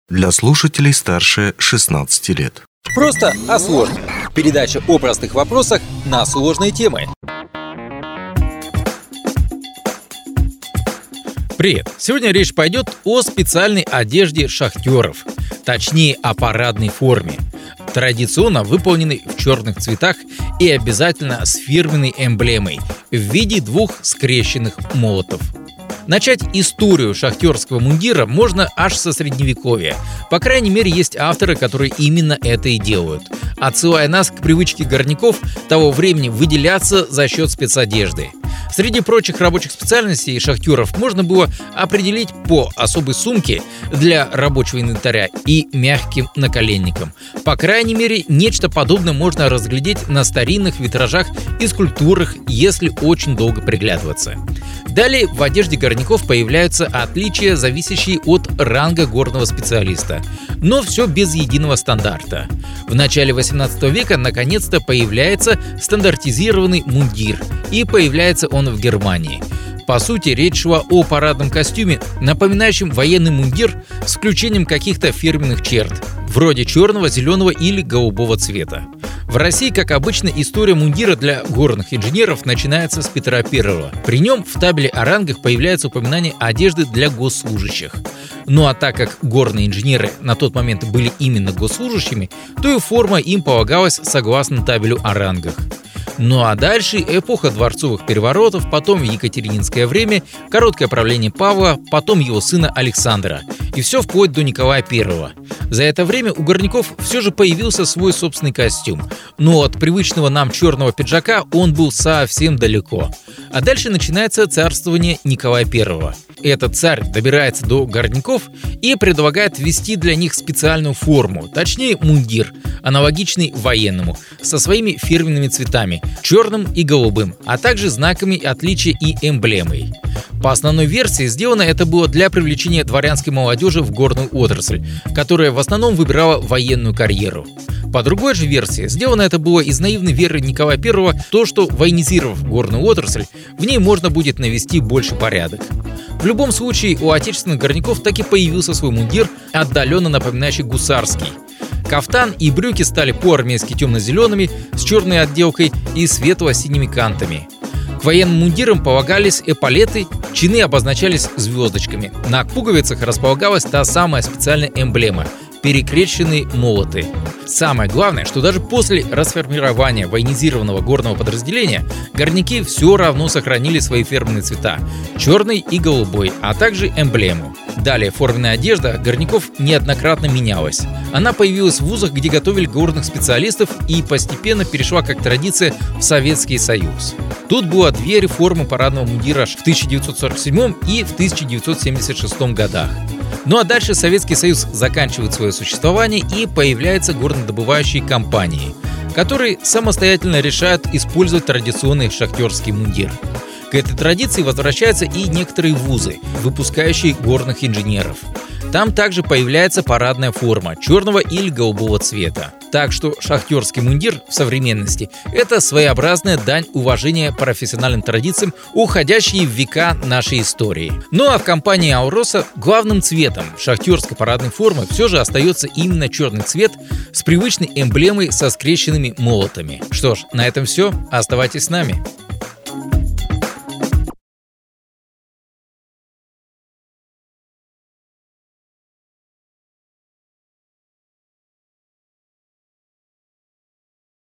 Для слушателей старше 16 лет. Просто о сложном. Передача о простых вопросах на сложные темы. Привет! Сегодня речь пойдет о специальной одежде шахтеров. Точнее, о парадной форме. Традиционно выполненной в черных цветах и обязательно с фирменной эмблемой в виде двух скрещенных молотов. Начать историю шахтерского мундира можно аж со Средневековья. По крайней мере, есть авторы, которые именно это и делают, отсылая нас к привычке горняков того времени выделяться за счет спецодежды. Среди прочих рабочих специальностей шахтеров можно было определить по особой сумке для рабочего инвентаря и мягким наколенникам. По крайней мере, нечто подобное можно разглядеть на старинных витражах и скульптурах, если очень долго приглядываться. Далее в одежде горняков появляются отличия, зависящие от ранга горного специалиста. Но все без единого стандарта. В начале 18 века наконец-то появляется стандартизированный мундир, и появляется он в Германии. По сути, речь шла о парадном костюме, напоминающем военный мундир с включением каких-то фирменных черт, вроде черного, зеленого или голубого цвета. В России, как обычно, история мундира для горных инженеров начинается с Петра I. При нем в табеле о рангах появляется упоминание одежды для госслужащих. Ну а так как горные инженеры на тот момент были именно госслужащими, то и форма им полагалась согласно табелю о рангах. Ну а дальше эпоха дворцовых переворотов, потом екатерининское время, короткое правление Павла, потом его сына Александра. И все вплоть до Николая I. За это время у горняков все же появился свой собственный костюм. Но от привычного нам черного пиджака он был совсем далеко. А дальше начинается царствование Николая I. Этот царь добирается до горняков и предлагает ввести для них специальную форму, точнее мундир, аналогичный военному, со своими фирменными цветами – черным и голубым, а также знаками отличия и эмблемой. По основной версии сделано это было для привлечения дворянской молодежи в горную отрасль, которая в основном выбирала военную карьеру. По другой же версии, сделано это было из наивной веры Николая I, то, что, военизировав горную отрасль, в ней можно будет навести больше порядок. В любом случае, у отечественных горняков так и появился свой мундир, отдаленно напоминающий гусарский. Кафтан и брюки стали по-армейски темно-зелеными, с черной отделкой и светло-синими кантами. К военным мундирам полагались эполеты, чины обозначались звездочками. На пуговицах располагалась та самая специальная эмблема – перекрещенные молоты. Самое главное, что даже после расформирования военизированного горного подразделения горняки все равно сохранили свои фирменные цвета – черный и голубой, а также эмблему. Далее форменная одежда горняков неоднократно менялась. Она появилась в вузах, где готовили горных специалистов, и постепенно перешла как традиция в Советский Союз. Тут было две реформы парадного мундира в 1947 и в 1976 годах. Ну а дальше Советский Союз заканчивает свое существование, и появляются горнодобывающие компании, которые самостоятельно решают использовать традиционный шахтерский мундир. К этой традиции возвращаются и некоторые вузы, выпускающие горных инженеров. Там также появляется парадная форма черного или голубого цвета. Так что шахтерский мундир в современности – это своеобразная дань уважения профессиональным традициям, уходящие в века нашей истории. Ну а в компании «Ауроса» главным цветом шахтерской парадной формы все же остается именно черный цвет с привычной эмблемой со скрещенными молотами. Что ж, на этом все. Оставайтесь с нами.